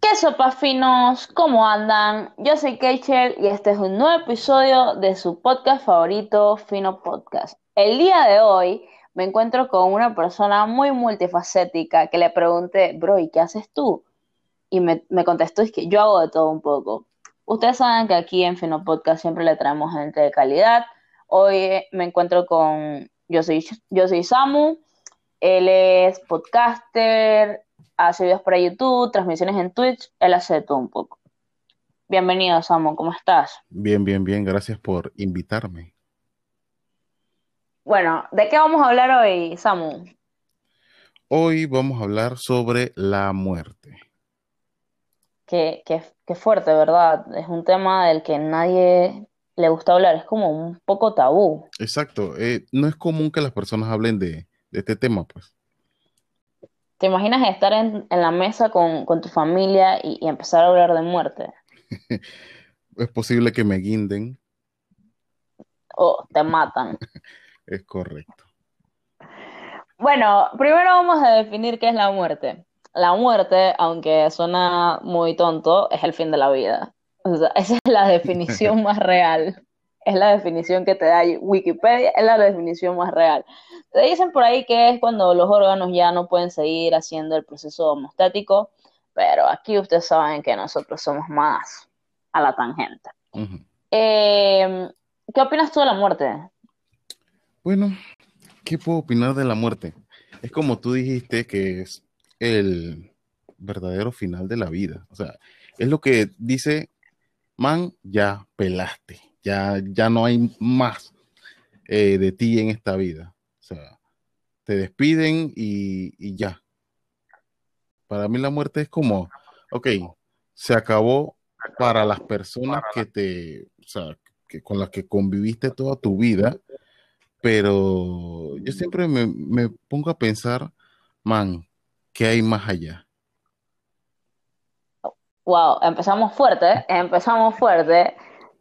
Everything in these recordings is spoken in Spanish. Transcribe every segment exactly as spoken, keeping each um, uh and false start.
¿Qué sopas finos? ¿Cómo andan? Yo soy Keichel y este es un nuevo episodio de su podcast favorito, Fino Podcast. El día de hoy me encuentro con una persona muy multifacética que le pregunté, bro, ¿y qué haces tú? Y me, me contestó, es que yo hago de todo un poco. Ustedes saben que aquí en Fino Podcast siempre le traemos gente de calidad. Hoy eh, me encuentro con, yo soy, yo soy Samu. Él es podcaster, hace videos para YouTube, transmisiones en Twitch, él hace de todo un poco. Bienvenido, Samu, ¿cómo estás? Bien, bien, bien. Gracias por invitarme. Bueno, ¿de qué vamos a hablar hoy, Samu? Hoy vamos a hablar sobre la muerte. Qué, qué, qué fuerte, ¿verdad? Es un tema del que nadie le gusta hablar, es como un poco tabú. Exacto. Eh, no es común que las personas hablen de, de este tema, pues. ¿Te imaginas estar en, en la mesa con, con tu familia y, y empezar a hablar de muerte? Es posible que me guinden. O te matan. Es correcto. Bueno, primero vamos a definir qué es la muerte. La muerte, aunque suena muy tonto, es el fin de la vida. O sea, esa es la definición más real. Es la definición que te da Wikipedia, es la definición más real. Te dicen por ahí que es cuando los órganos ya no pueden seguir haciendo el proceso homostático, pero aquí ustedes saben que nosotros somos más a la tangente. Ujú. Eh, ¿Qué opinas tú de la muerte? Bueno, ¿qué puedo opinar de la muerte? Es como tú dijiste que es el verdadero final de la vida. O sea, es lo que dice, man, ya pelaste. Ya, ya no hay más eh, de ti en esta vida. O sea, te despiden y, y ya. Para mí la muerte es como, ok, se acabó para las personas que te, o sea, que con las que conviviste toda tu vida, pero yo siempre me, me pongo a pensar, man, ¿qué hay más allá? Wow, empezamos fuerte, ¿eh? Empezamos fuerte.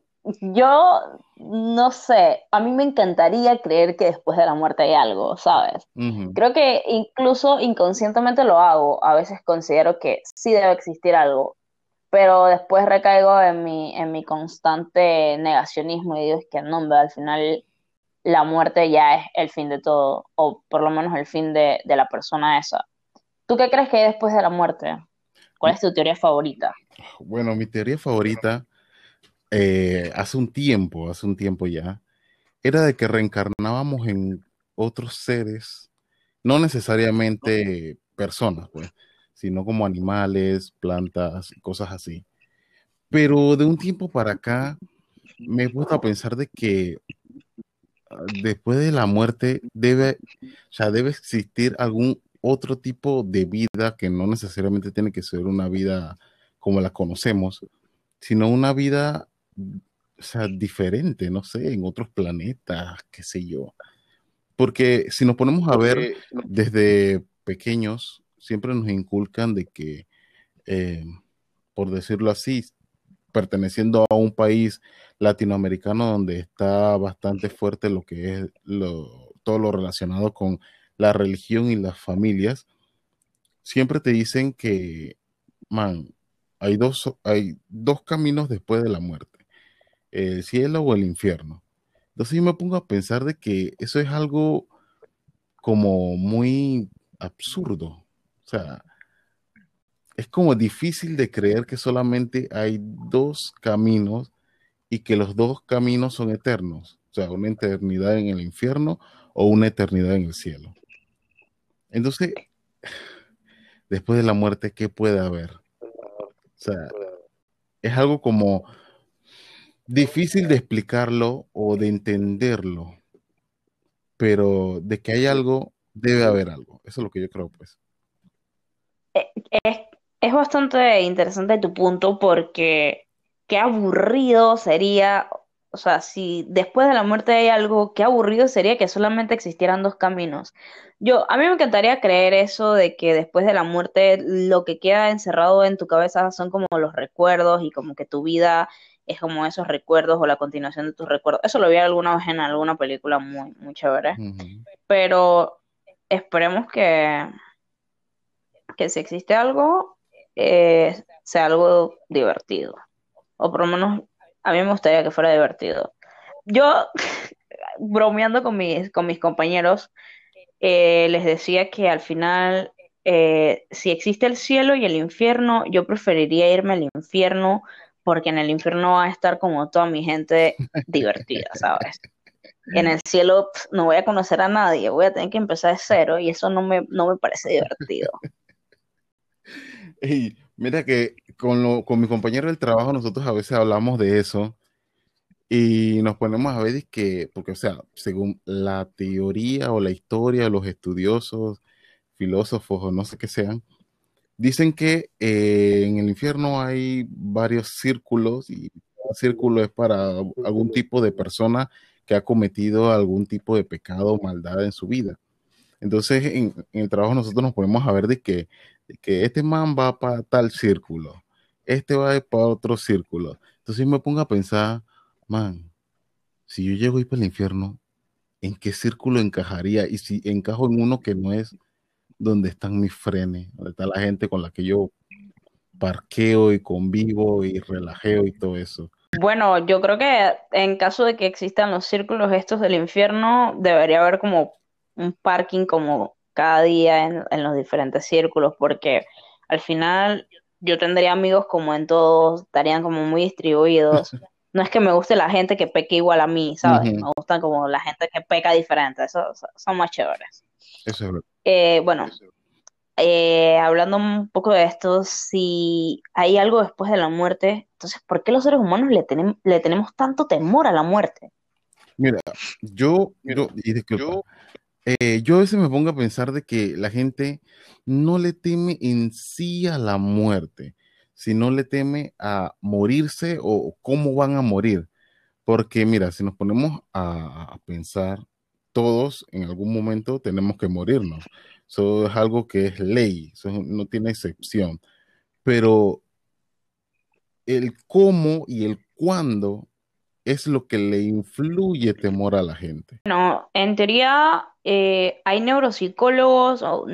Yo no sé, a mí me encantaría creer que después de la muerte hay algo, ¿sabes? Ujú. Creo que incluso inconscientemente lo hago. A veces considero que sí debe existir algo, pero después recaigo en mi, en mi constante negacionismo y digo es que no, hombre, al final la muerte ya es el fin de todo, o por lo menos el fin de, de la persona esa. ¿Tú qué crees que hay después de la muerte? ¿Cuál es tu teoría favorita? Bueno, mi teoría favorita, eh, hace un tiempo, hace un tiempo ya, era de que reencarnábamos en otros seres, no necesariamente personas, pues, sino como animales, plantas, cosas así. Pero de un tiempo para acá me he puesto a pensar de que ah, después de la muerte debe, o sea, debe existir algún otro tipo de vida que no necesariamente tiene que ser una vida como la conocemos, sino una vida, o sea, diferente, no sé, en otros planetas, qué sé yo. Porque si nos ponemos a ver desde pequeños, siempre nos inculcan de que, eh, por decirlo así, perteneciendo a un país latinoamericano donde está bastante fuerte lo que es lo, todo lo relacionado con la religión y las familias, siempre te dicen que, man, hay dos, hay dos caminos después de la muerte, el cielo o el infierno. Entonces yo me pongo a pensar de que eso es algo como muy absurdo. O sea, es como difícil de creer que solamente hay dos caminos y que los dos caminos son eternos, o sea, una eternidad en el infierno o una eternidad en el cielo. Entonces, después de la muerte, ¿qué puede haber? O sea, es algo como difícil de explicarlo o de entenderlo, pero de que hay algo, debe haber algo. Eso es lo que yo creo, pues. Eh, Es, es bastante interesante tu punto porque qué aburrido sería, o sea, si después de la muerte hay algo, qué aburrido sería que solamente existieran dos caminos. Yo, a mí me encantaría creer eso de que después de la muerte lo que queda encerrado en tu cabeza son como los recuerdos y como que tu vida es como esos recuerdos o la continuación de tus recuerdos. Eso lo vi alguna vez en alguna película muy, muy chévere, Ujú. pero esperemos que que si existe algo, eh, sea algo divertido. O por lo menos a mí me gustaría que fuera divertido. Yo, bromeando con mis, con mis compañeros, eh, les decía que al final, eh, si existe el cielo y el infierno, yo preferiría irme al infierno porque en el infierno va a estar como toda mi gente divertida, ¿sabes? En el cielo pf, no voy a conocer a nadie, voy a tener que empezar de cero y eso no me, no me parece divertido. Y mira que con, lo, con mi compañero del trabajo nosotros a veces hablamos de eso y nos ponemos a ver es que, porque o sea, según la teoría o la historia de los estudiosos, filósofos o no sé qué sean, dicen que eh, en el infierno hay varios círculos y cada círculo es para algún tipo de persona que ha cometido algún tipo de pecado o maldad en su vida. Entonces, en, en el trabajo nosotros nos ponemos a ver de que, de que este man va para tal círculo, este va para otro círculo. Entonces me pongo a pensar, man, si yo llego ahí para el infierno, ¿en qué círculo encajaría? Y si encajo en uno que no es donde están mis frenes, donde está la gente con la que yo parqueo y convivo y relajeo y todo eso. Bueno, yo creo que en caso de que existan los círculos estos del infierno, debería haber como un parking como cada día en, en los diferentes círculos, porque al final yo tendría amigos como en todos, estarían como muy distribuidos. No es que me guste la gente que peque igual a mí, ¿sabes? Me Ujú. gustan como la gente que peca diferente, eso, eso- son más chéveres. Eso es verdad. Eh, bueno, eh, hablando un poco de esto, si hay algo después de la muerte, entonces, ¿por qué los seres humanos le, tenem- le tenemos tanto temor a la muerte? Mira, yo, yo, y disculpa, eh, yo a veces me pongo a pensar de que la gente no le teme en sí a la muerte, sino le teme a morirse o cómo van a morir. Porque mira, si nos ponemos a, a pensar, todos en algún momento tenemos que morirnos. Eso es algo que es ley, eso no tiene excepción. Pero el cómo y el cuándo es lo que le influye temor a la gente. Bueno, en teoría eh, hay neuropsicólogos o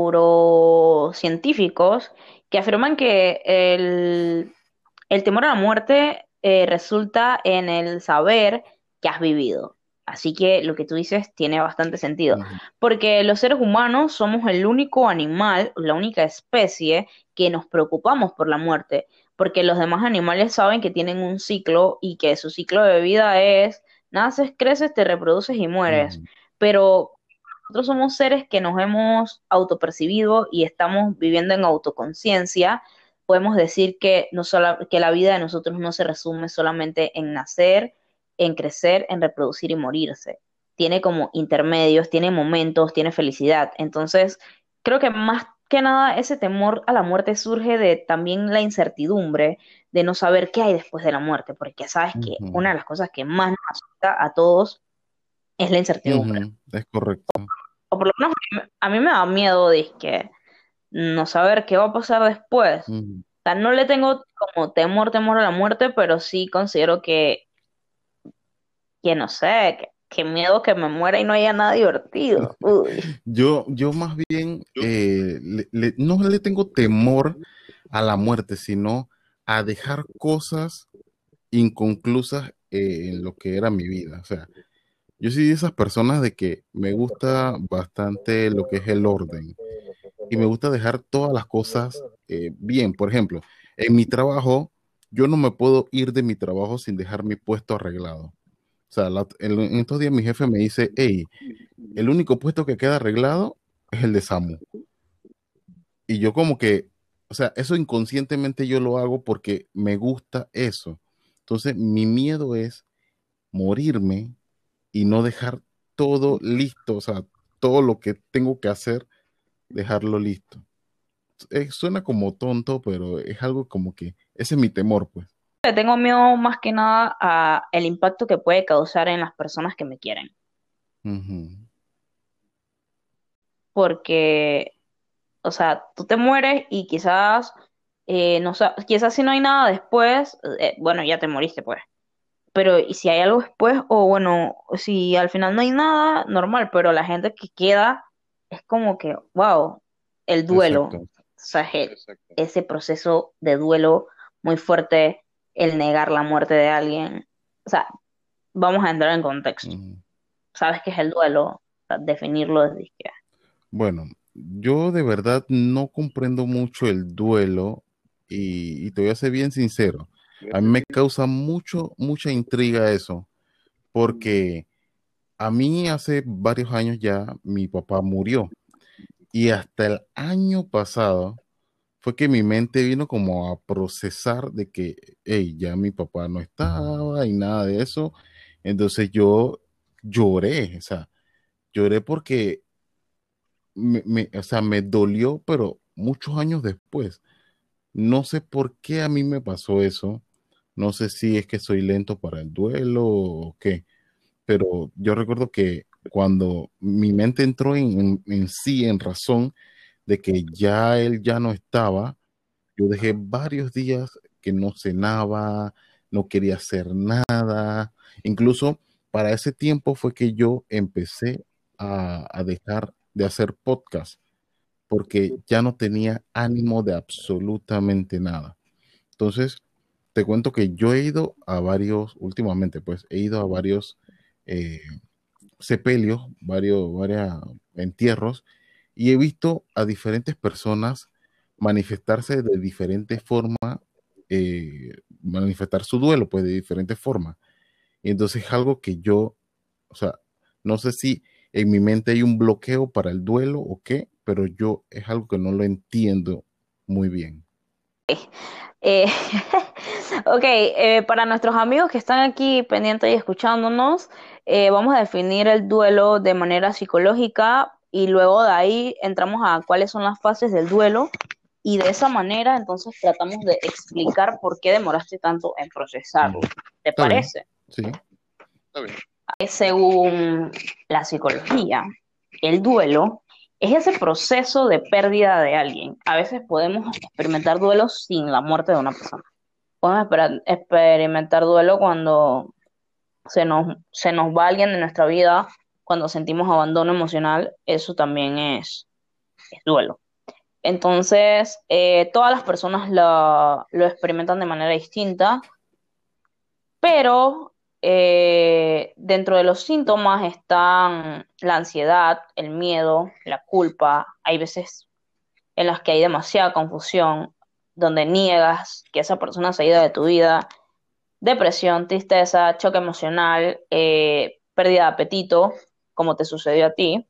neurocientíficos que afirman que el, el temor a la muerte eh, resulta en el saber que has vivido. Así que lo que tú dices tiene bastante sentido, Ujú, porque los seres humanos somos el único animal, la única especie que nos preocupamos por la muerte, porque los demás animales saben que tienen un ciclo y que su ciclo de vida es naces, creces, te reproduces y mueres. ujú, Pero nosotros somos seres que nos hemos autopercibido y estamos viviendo en autoconciencia. Podemos decir que, no solo, que la vida de nosotros no se resume solamente en nacer, en crecer, en reproducir y morirse. Tiene como intermedios, tiene momentos, tiene felicidad. Entonces, creo que más que nada ese temor a la muerte surge de también la incertidumbre de no saber qué hay después de la muerte, porque sabes que una ujú, de las cosas que más nos asusta a todos es la incertidumbre. ujú, es correcto. O por lo menos a mí, a mí me da miedo de que no saber qué va a pasar después. Ujú. O sea, no le tengo como temor, temor a la muerte, pero sí considero que, que no sé, que, que miedo que me muera y no haya nada divertido. Uy. Yo, yo más bien eh, le- le- no le tengo temor a la muerte, sino a dejar cosas inconclusas eh, en lo que era mi vida. O sea, yo soy de esas personas de que me gusta bastante lo que es el orden y me gusta dejar todas las cosas eh, bien. Por ejemplo, en mi trabajo, yo no me puedo ir de mi trabajo sin dejar mi puesto arreglado. O sea, la- en, en estos días mi jefe me dice, hey, el único puesto que queda arreglado es el de Samu. Y yo como que, o sea, eso inconscientemente yo lo hago porque me gusta eso. Entonces, mi miedo es morirme y no dejar todo listo, o sea, todo lo que tengo que hacer, dejarlo listo. Eh, suena como tonto, pero es algo como que ese es mi temor, pues. Le tengo miedo más que nada a el impacto que puede causar en las personas que me quieren. Ujú, Porque, o sea, tú te mueres y quizás, eh, no sa- quizás si no hay nada después, eh, bueno, ya te moriste, pues. Pero, ¿y si hay algo después? O bueno, si al final no hay nada, normal, pero la gente que queda es como que, wow, el duelo. exacto. O sea, es el- ese proceso de duelo muy fuerte, el negar la muerte de alguien. O sea, vamos a entrar en contexto. Ujú. ¿Sabes qué es el duelo? O sea, definirlo desde izquierda. Bueno, yo de verdad no comprendo mucho el duelo y, y te voy a ser bien sincero. A mí me causa mucho, mucha intriga eso, porque a mí hace varios años ya mi papá murió y hasta el año pasado fue que mi mente vino como a procesar de que, hey, ya mi papá no estaba y nada de eso. Entonces yo lloré, o sea, lloré porque me, me- o sea, me dolió, pero muchos años después. No sé por qué a mí me pasó eso. No sé si es que soy lento para el duelo o qué, pero yo recuerdo que cuando mi mente entró en, en- en sí, en razón de que ya él ya no estaba, yo dejé varios días que no cenaba, no quería hacer nada. Incluso para ese tiempo fue que yo empecé a, a dejar de hacer podcast porque ya no tenía ánimo de absolutamente nada. Entonces, te cuento que yo he ido a varios, últimamente, pues he ido a varios eh, sepelios, varios, varios entierros, y he visto a diferentes personas manifestarse de diferente forma, eh, manifestar su duelo, pues de diferente forma. Y entonces es algo que yo, o sea, no sé si en mi mente hay un bloqueo para el duelo o qué, pero yo es algo que no lo entiendo muy bien. Eh, ok, eh, para nuestros amigos que están aquí pendientes y escuchándonos, eh, vamos a definir el duelo de manera psicológica y luego de ahí entramos a cuáles son las fases del duelo y de esa manera entonces tratamos de explicar por qué demoraste tanto en procesarlo. Ujú. ¿Te Está bien, parece? sí. Eh, Según la psicología, el duelo es ese proceso de pérdida de alguien. A veces podemos experimentar duelos sin la muerte de una persona. Podemos esperar- experimentar duelo cuando se nos, se nos va alguien de nuestra vida, cuando sentimos abandono emocional, eso también es, es duelo. Entonces, eh, todas las personas lo, lo experimentan de manera distinta, pero eh, dentro de los síntomas están la ansiedad, el miedo, la culpa. Hay veces en las que hay demasiada confusión, donde niegas que esa persona se ha ido de tu vida, depresión, tristeza, choque emocional, eh, pérdida de apetito, como te sucedió a ti.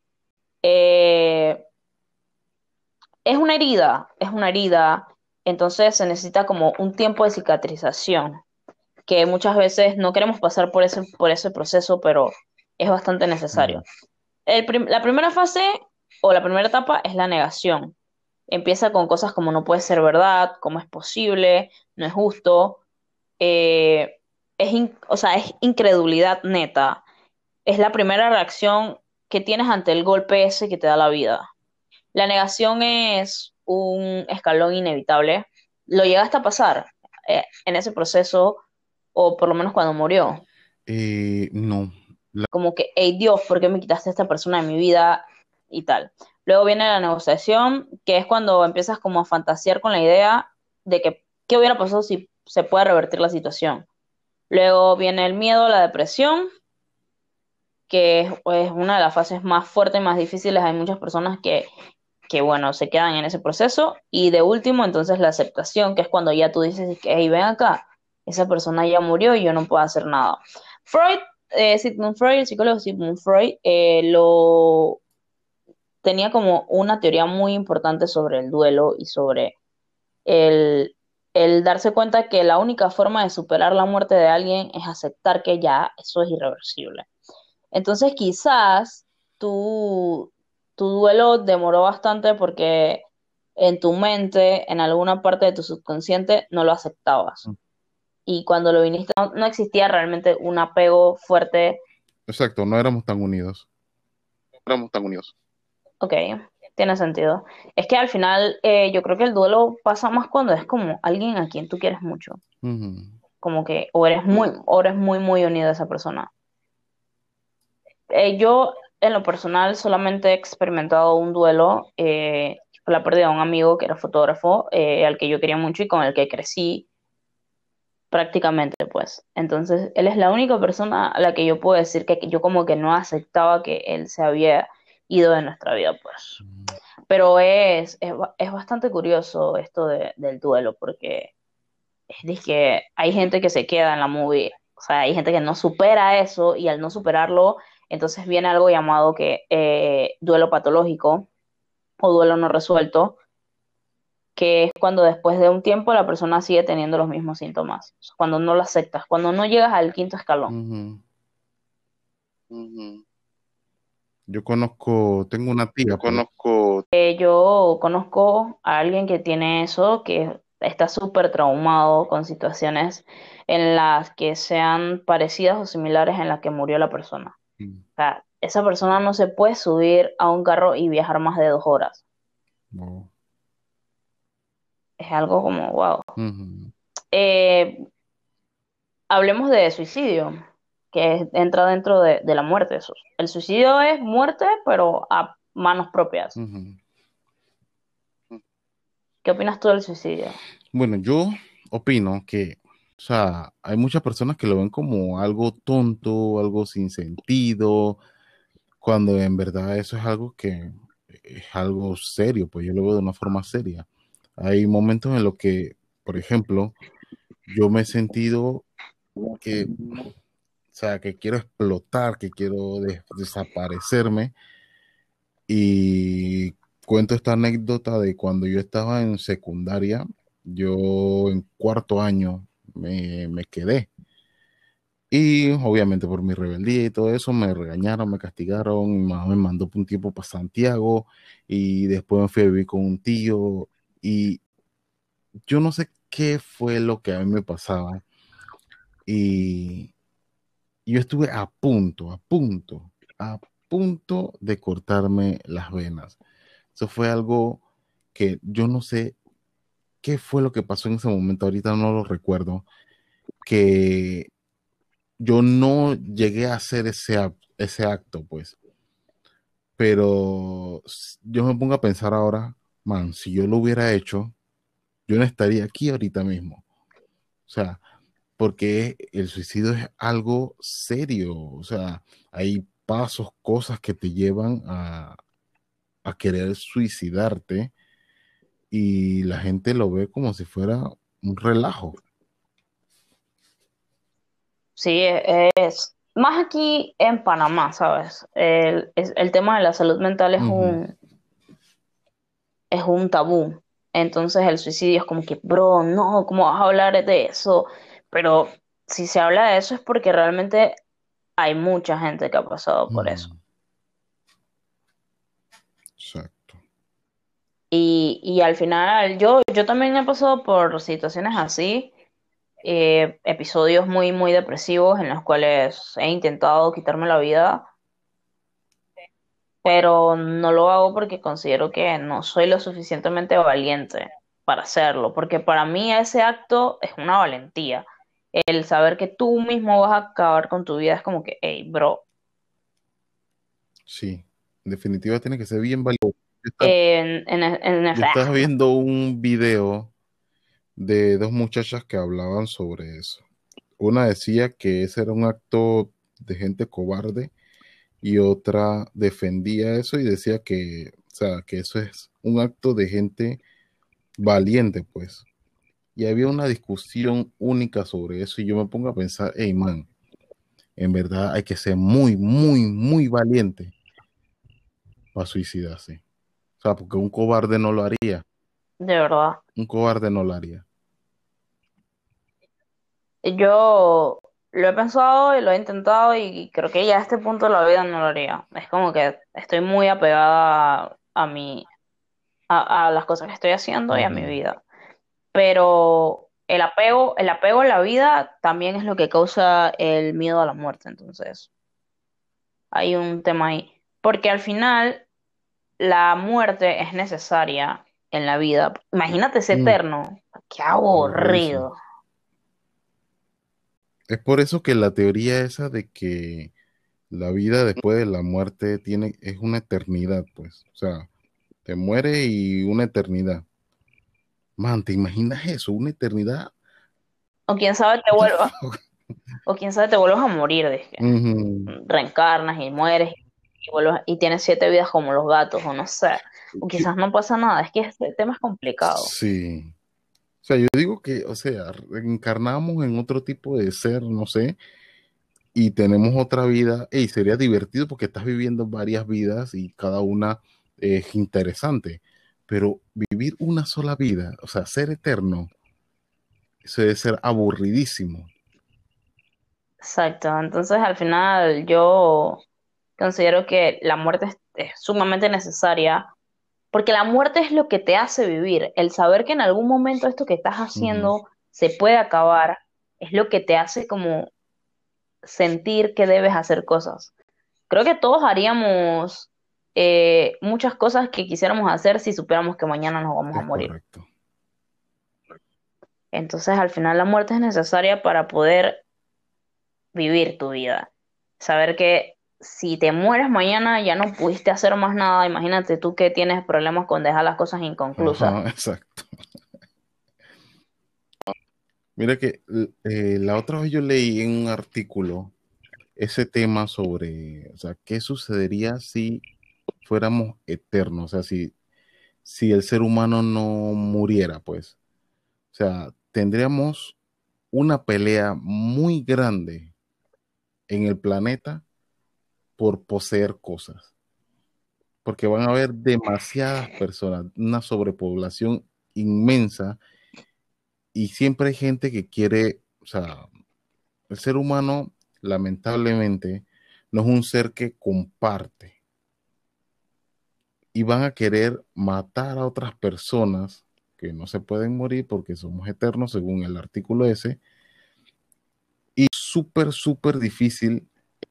Eh, es una herida, es una herida, entonces se necesita como un tiempo de cicatrización, que muchas veces no queremos pasar por ese, por ese proceso, pero es bastante necesario. Ujú. El prim- la primera fase o la primera etapa es la negación. Empieza con cosas como no puede ser verdad, cómo es posible, no es justo, eh, es, in- o sea, es incredulidad neta. Es la primera reacción que tienes ante el golpe ese que te da la vida. La negación es un escalón inevitable. Lo llegaste a pasar eh, en ese proceso, o por lo menos cuando murió. Eh, no, la- Como que, hey Dios, ¿por qué me quitaste a esta persona de mi vida? Y tal. Luego viene la negociación, que es cuando empiezas como a fantasear con la idea de que qué hubiera pasado si se puede revertir la situación. Luego viene el miedo, la depresión, que es, es una de las fases más fuertes y más difíciles. Hay muchas personas que, que, bueno, se quedan en ese proceso. Y de último, entonces la aceptación, que es cuando ya tú dices que, hey, ven acá, esa persona ya murió y yo no puedo hacer nada. Freud, eh, Sigmund Freud, el psicólogo Sigmund Freud, eh, lo tenía como una teoría muy importante sobre el duelo y sobre el, el darse cuenta que la única forma de superar la muerte de alguien es aceptar que ya eso es irreversible. Entonces quizás tu, tu duelo demoró bastante porque en tu mente, en alguna parte de tu subconsciente, no lo aceptabas. Y cuando lo viniste, no, no existía realmente un apego fuerte. exacto, no éramos tan unidos. Ok, tiene sentido. Es que al final eh, yo creo que el duelo pasa más cuando es como alguien a quien tú quieres mucho. Ujú. Como que o eres muy, o eres muy, muy unido a esa persona. Eh, yo, en lo personal, solamente he experimentado un duelo. Eh, la pérdida de un amigo que era fotógrafo, eh, al que yo quería mucho y con el que crecí prácticamente, pues. Entonces, él es la única persona a la que yo puedo decir que yo como que no aceptaba que él se había ido de nuestra vida, pues. Pero es, es, es bastante curioso esto de, del duelo, porque es que hay gente que se queda en la movie, o sea, hay gente que no supera eso y al no superarlo, entonces viene algo llamado que eh, duelo patológico o duelo no resuelto, que es cuando después de un tiempo la persona sigue teniendo los mismos síntomas, o sea, cuando no lo aceptas, cuando no llegas al quinto escalón. Ujú. Yo conozco, tengo una tía, Yo pues. conozco, Eh, yo conozco a alguien que tiene eso, que está súper traumado con situaciones en las que sean parecidas o similares en las que murió la persona. Mm. O sea, esa persona no se puede subir a un carro y viajar más de dos horas. No. Es algo como, wow. Ujú. Eh, hablemos de suicidio, que es- entra dentro de, de la muerte. Eso. El suicidio es muerte, pero a manos propias. Ujú. ¿Qué opinas tú del suicidio? Bueno, yo opino que, o sea, hay muchas personas que lo ven como algo tonto, algo sin sentido, cuando en verdad eso es algo que es algo serio, pues yo lo veo de una forma seria. Hay momentos en los que, por ejemplo, yo me he sentido que, o sea, que quiero explotar, que quiero des- desaparecerme. Y cuento esta anécdota de cuando yo estaba en secundaria, yo en cuarto año me, me quedé. Y obviamente por mi rebeldía y todo eso me regañaron, me castigaron, mi mamá me mandó por un tiempo para Santiago y después me fui a vivir con un tío y yo no sé qué fue lo que a mí me pasaba y yo estuve a punto, a punto, a punto de cortarme las venas. Eso fue algo que yo no sé qué fue lo que pasó en ese momento, ahorita no lo recuerdo, que yo no llegué a hacer ese, ac- ese acto, pues, pero s- yo me pongo a pensar ahora, man, si yo lo hubiera hecho, yo no estaría aquí ahorita mismo. O sea, porque el suicidio es algo serio, o sea, hay pasos, cosas que te llevan a, a querer suicidarte y la gente lo ve como si fuera un relajo. Sí, es más aquí en Panamá, ¿sabes? El, es- el tema de la salud mental es Ujú. un, es un tabú. Entonces el suicidio es como que, bro, no, ¿cómo vas a hablar de eso? Pero si se habla de eso es porque realmente hay mucha gente que ha pasado por eso. Ujú. Exacto. Y, y al final yo, yo también he pasado por situaciones así, eh, episodios muy, muy depresivos en los cuales he intentado quitarme la vida, pero no lo hago porque considero que no soy lo suficientemente valiente para hacerlo, porque para mí ese acto es una valentía. El saber que tú mismo vas a acabar con tu vida es como que, hey, bro, Sí, en definitiva tiene que ser bien valioso. Yo estaba, en, en, en, yo estaba viendo un video de dos muchachas que hablaban sobre eso. Una decía que ese era un acto de gente cobarde y otra defendía eso y decía que, o sea, que eso es un acto de gente valiente, pues. Y había una discusión única sobre eso y yo me pongo a pensar, hey, man, en verdad hay que ser muy, muy, muy valiente para suicidarse. O sea, porque un cobarde no lo haría. de verdad. Un cobarde no lo haría. Yo lo he pensado y lo he intentado y creo que ya a este punto de la vida no lo haría. Es como que estoy muy apegada a mi, a, a las cosas que estoy haciendo y a mi Ujú. vida. Pero el apego, el apego a la vida también es lo que causa el miedo a la muerte. Entonces, hay un tema ahí. Porque al final, la muerte es necesaria en la vida. Imagínate ser Mm, eterno. Qué aburridísimo. aburrido. Es por eso que la teoría esa de que la vida después de la muerte tiene, es una eternidad, pues. O sea, te mueres y una eternidad. Man, ¿te imaginas eso? Una eternidad. O quién sabe te What the vuelvas, fuck? o quién sabe te vuelvas a morir, de que Ujú. reencarnas y mueres y vuelvas, y tienes siete vidas como los gatos, o no sé. O Yo- quizás no pasa nada, es que este tema es complicado. sí. O sea, yo digo que, o sea, reencarnamos en otro tipo de ser, no sé, y tenemos otra vida. Y sería divertido porque estás viviendo varias vidas y cada una es interesante. Pero vivir una sola vida, o sea, ser eterno, eso debe ser aburridísimo. Exacto, entonces al final yo considero que la muerte es, es sumamente necesaria, porque la muerte es lo que te hace vivir. El saber que en algún momento esto que estás Ujú. haciendo se puede acabar, es lo que te hace como sentir que debes hacer cosas. Creo que todos haríamos eh, muchas cosas que quisiéramos hacer si supiéramos que mañana nos vamos a Es morir. correcto. Entonces al final la muerte es necesaria para poder vivir tu vida. Saber que si te mueres mañana ya no pudiste hacer más nada. Imagínate tú que tienes problemas con dejar las cosas inconclusas. Ajá, exacto. Mira que eh, la otra vez yo leí en un artículo ese tema sobre, o sea, qué sucedería si fuéramos eternos, o sea, si, si el ser humano no muriera, pues, o sea, tendríamos una pelea muy grande en el planeta por poseer cosas, porque van a haber demasiadas personas, una sobrepoblación inmensa y siempre hay gente que quiere, o sea, el ser humano lamentablemente no es un ser que comparte y van a querer matar a otras personas que no se pueden morir porque somos eternos según el artículo ese y súper, súper difícil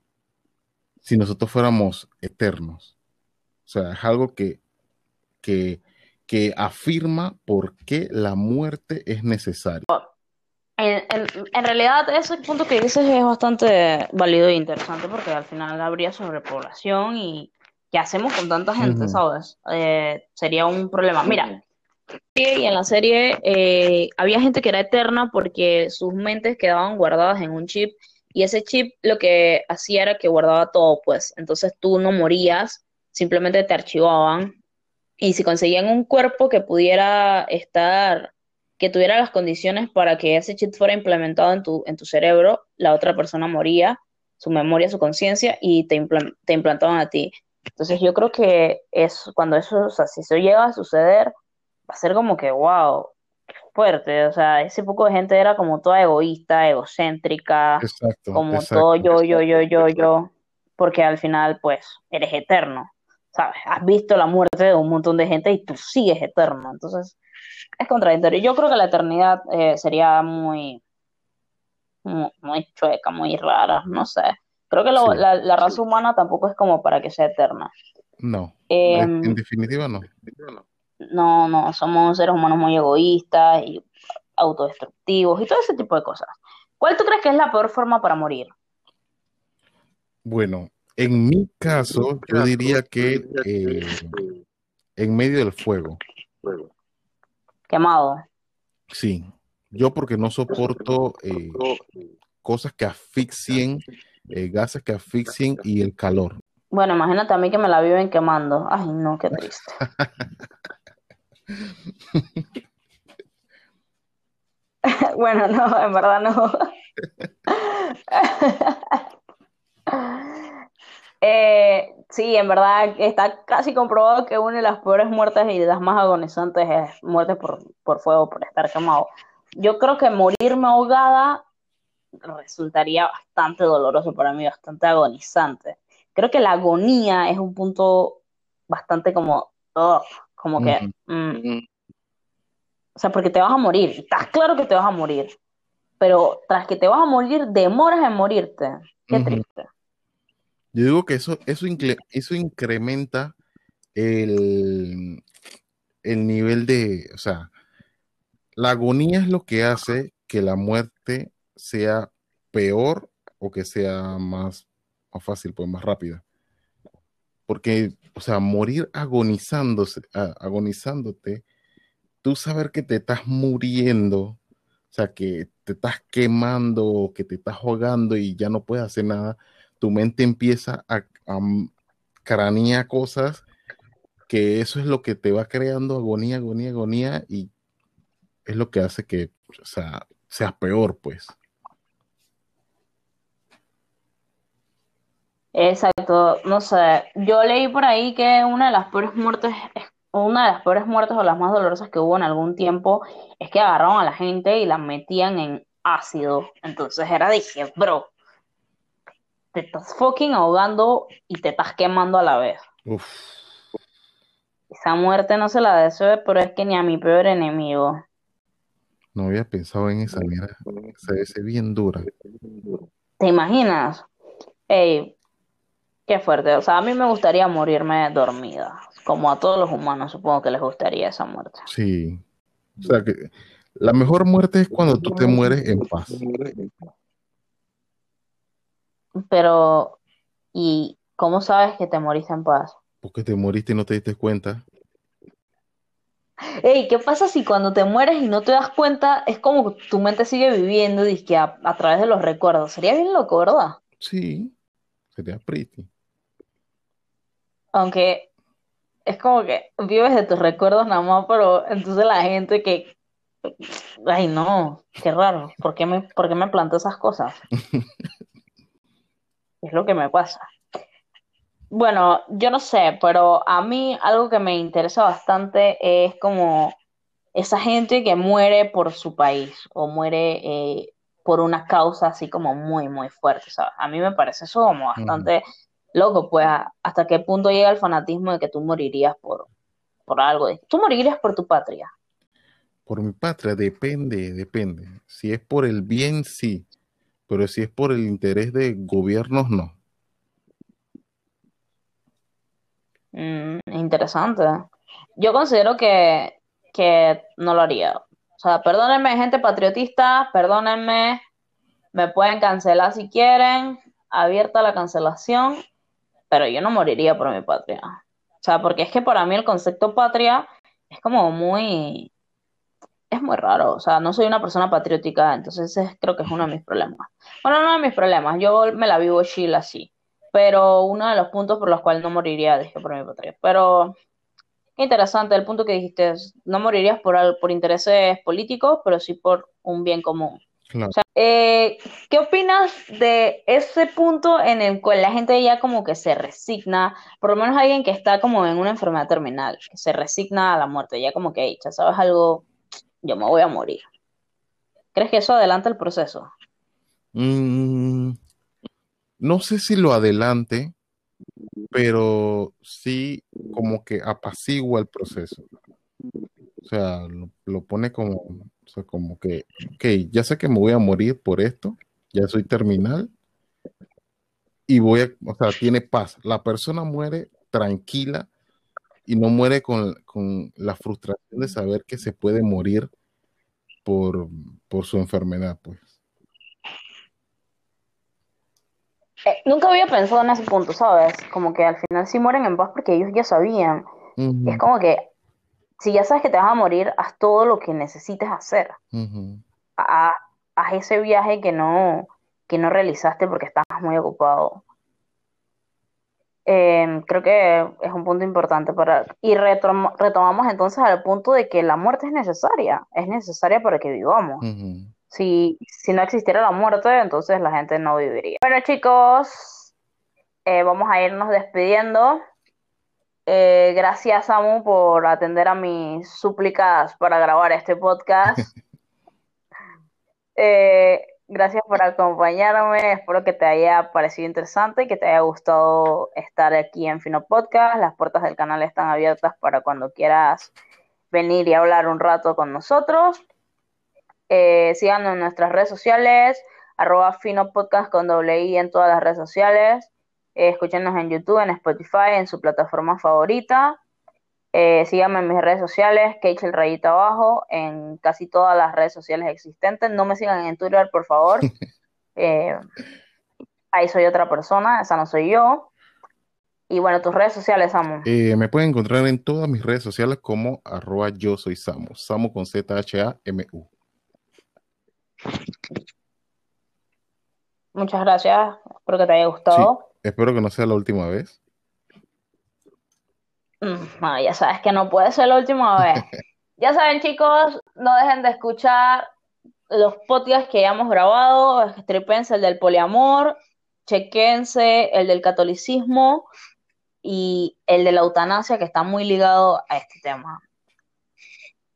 si nosotros fuéramos eternos. O sea, es algo que, que, que afirma por qué la muerte es necesaria. En, en- en realidad, ese punto que dices es bastante válido e interesante porque al final habría sobrepoblación y ¿qué hacemos con tanta gente, Ujú. sabes? Eh, sería un problema. Mira, y en la serie eh, había gente que era eterna porque sus mentes quedaban guardadas en un chip y ese chip lo que hacía era que guardaba todo, pues. Entonces tú no morías, simplemente te archivaban y si conseguían un cuerpo que pudiera estar, que tuviera las condiciones para que ese chip fuera implementado en tu, en tu cerebro, la otra persona moría, su memoria, su conciencia, y te, implan- te implantaban a ti. Entonces yo creo que es cuando eso, o sea, si eso llega a suceder, va a ser como que, wow, fuerte. O sea, ese poco de gente era como toda egoísta, egocéntrica, Exacto, como todo exacto. yo, yo, yo, yo, yo, porque al final, pues, eres eterno. ¿Sabes? Has visto la muerte de un montón de gente y tú sigues eterno. Entonces, es contradictorio. Yo creo que la eternidad eh, sería muy, muy, muy chueca, muy rara, no sé. Creo que lo- Sí, la, la raza humana tampoco es como para que sea eterna. no, Eh, de- en definitiva no. no, no, somos seres humanos muy egoístas y autodestructivos y todo ese tipo de cosas. ¿Cuál tú crees que es la peor forma para morir? Bueno, en mi caso, yo diría que eh, en medio del fuego. Quemado. Sí, yo porque no soporto eh, cosas que asfixien, eh, gases que asfixien y el calor. Bueno, imagínate a mí que me la viven quemando. Ay, no, qué triste. Bueno, no, en verdad no. Eh, sí, en verdad está casi comprobado que una de las peores muertes y de las más agonizantes es muerte por, por fuego, por estar quemado. Yo creo que morirme ahogada resultaría bastante doloroso para mí, bastante agonizante. Creo que la agonía es un punto bastante como, ugh, como que, Ujú. mm, o sea, porque te vas a morir, estás claro que te vas a morir, pero tras que te vas a morir, demoras en morirte. Qué Ujú. triste. Yo digo que eso, eso, incre- eso incrementa el, el nivel de, o sea, la agonía es lo que hace que la muerte sea peor o que sea más, más fácil, pues más rápida. Porque, o sea, morir agonizándose, a- agonizándote, tú saber que te estás muriendo, o sea, que te estás quemando, o que te estás ahogando y ya no puedes hacer nada, tu mente empieza a, a cranear cosas que eso es lo que te va creando agonía, agonía, agonía y es lo que hace que, o sea, seas peor, pues. Exacto, no sé, yo leí por ahí que una de las peores muertes, una de las peores muertes o las más dolorosas que hubo en algún tiempo es que agarraron a la gente y la metían en ácido. Entonces era, dije, bro, te estás fucking ahogando y te estás quemando a la vez. Uf, Esa muerte no se la deseo, pero es que ni a mi peor enemigo. no había pensado en esa, mira, se ve bien dura. ¿Te imaginas? Ey, qué fuerte. O sea, a mí me gustaría morirme dormida, como a todos los humanos supongo que les gustaría esa muerte. Sí, o sea que la mejor muerte es cuando tú te mueres en paz, Pero, ¿y cómo sabes que te moriste en paz? porque te moriste y no te diste cuenta. Ey, ¿qué pasa si cuando te mueres y no te das cuenta es como que tu mente sigue viviendo dizque a, a través de los recuerdos? Sería bien loco, ¿verdad? Sí, sería pretty. Aunque es como que vives de tus recuerdos nada más, pero entonces la gente que, ay no, qué raro, ¿por qué me, por qué me planteo esas cosas? Es lo que me pasa. Bueno, yo no sé, pero a mí algo que me interesa bastante es como esa gente que muere por su país o muere eh, por una causa así como muy, muy fuerte, ¿sabes? A mí me parece eso como Ujú. bastante loco, pues, a- hasta qué punto llega el fanatismo de que tú morirías por, por algo. Tú morirías por tu patria. Por mi patria, depende, depende. Si es por el bien, sí, pero si es por el interés de gobiernos, no. Mm, interesante. Yo considero que, que no lo haría. O sea, perdónenme, gente patriotista, perdónenme, me pueden cancelar si quieren, abierta la cancelación, pero yo no moriría por mi patria. O sea, porque es que para mí el concepto patria es como muy, es muy raro. O sea, no soy una persona patriótica, entonces ese creo que es uno de mis problemas. Bueno, no de mis problemas, yo me la vivo chill así, pero uno de los puntos por los cuales no moriría, dije, por mi patria. Pero qué interesante el punto que dijiste, es, no morirías por, al- por intereses políticos, pero sí por un bien común. Claro. Eh, ¿qué opinas de ese punto en el cual la gente ya como que se resigna, por lo menos alguien que está como en una enfermedad terminal, que se resigna a la muerte, ya como que, "Ey, ya sabes algo, yo me voy a morir"? ¿Crees que eso adelanta el proceso? Mm, no sé si lo adelante, pero sí como que apacigua el proceso. O sea, lo, lo pone como, o sea, como que, ok, ya sé que me voy a morir por esto, ya soy terminal y voy a, o sea, tiene paz. La persona muere tranquila y no muere con, con la frustración de saber que se puede morir por, por su enfermedad, pues. Eh, nunca había pensado en ese punto, ¿sabes? Como que al final sí mueren en paz porque ellos ya sabían. Es Ujú, como que si ya sabes que te vas a morir, haz todo lo que necesites hacer. ujú. Haz, haz ese viaje que no, que no realizaste porque estabas muy ocupado. Eh, creo que es un punto importante para... Y retom- retomamos entonces al punto de que la muerte es necesaria, es necesaria para que vivamos. Ujú. Si, si no existiera la muerte, entonces la gente no viviría. Bueno, chicos, eh, vamos a irnos despidiendo. Eh, gracias, Samu, por atender a mis súplicas para grabar este podcast. Eh, gracias por acompañarme. Espero que te haya parecido interesante y que te haya gustado estar aquí en Fino Podcast. Las puertas del canal están abiertas para cuando quieras venir y hablar un rato con nosotros. Eh, síganos en nuestras redes sociales, arroba Fino Podcast con doble I en todas las redes sociales. Eh, escúchenos en YouTube, en Spotify, en su plataforma favorita. Eh, síganme en mis redes sociales, Keishel Rayita Abajo, en casi todas las redes sociales existentes. No me sigan en Twitter, por favor. Eh, ahí soy otra persona, esa no soy yo. Y bueno, tus redes sociales, Samu. Eh, me pueden encontrar en todas mis redes sociales como arroba yo soy Samu, Samu con Z H A M U. Muchas gracias, espero que te haya Sí, gustado. espero que no sea la última vez. Mm, no, ya sabes que no puede ser la última vez. Ya saben, chicos, no dejen de escuchar los podcasts que ya hemos grabado. Tripense el del poliamor, chequense el del catolicismo y el de la eutanasia, que está muy ligado a este tema.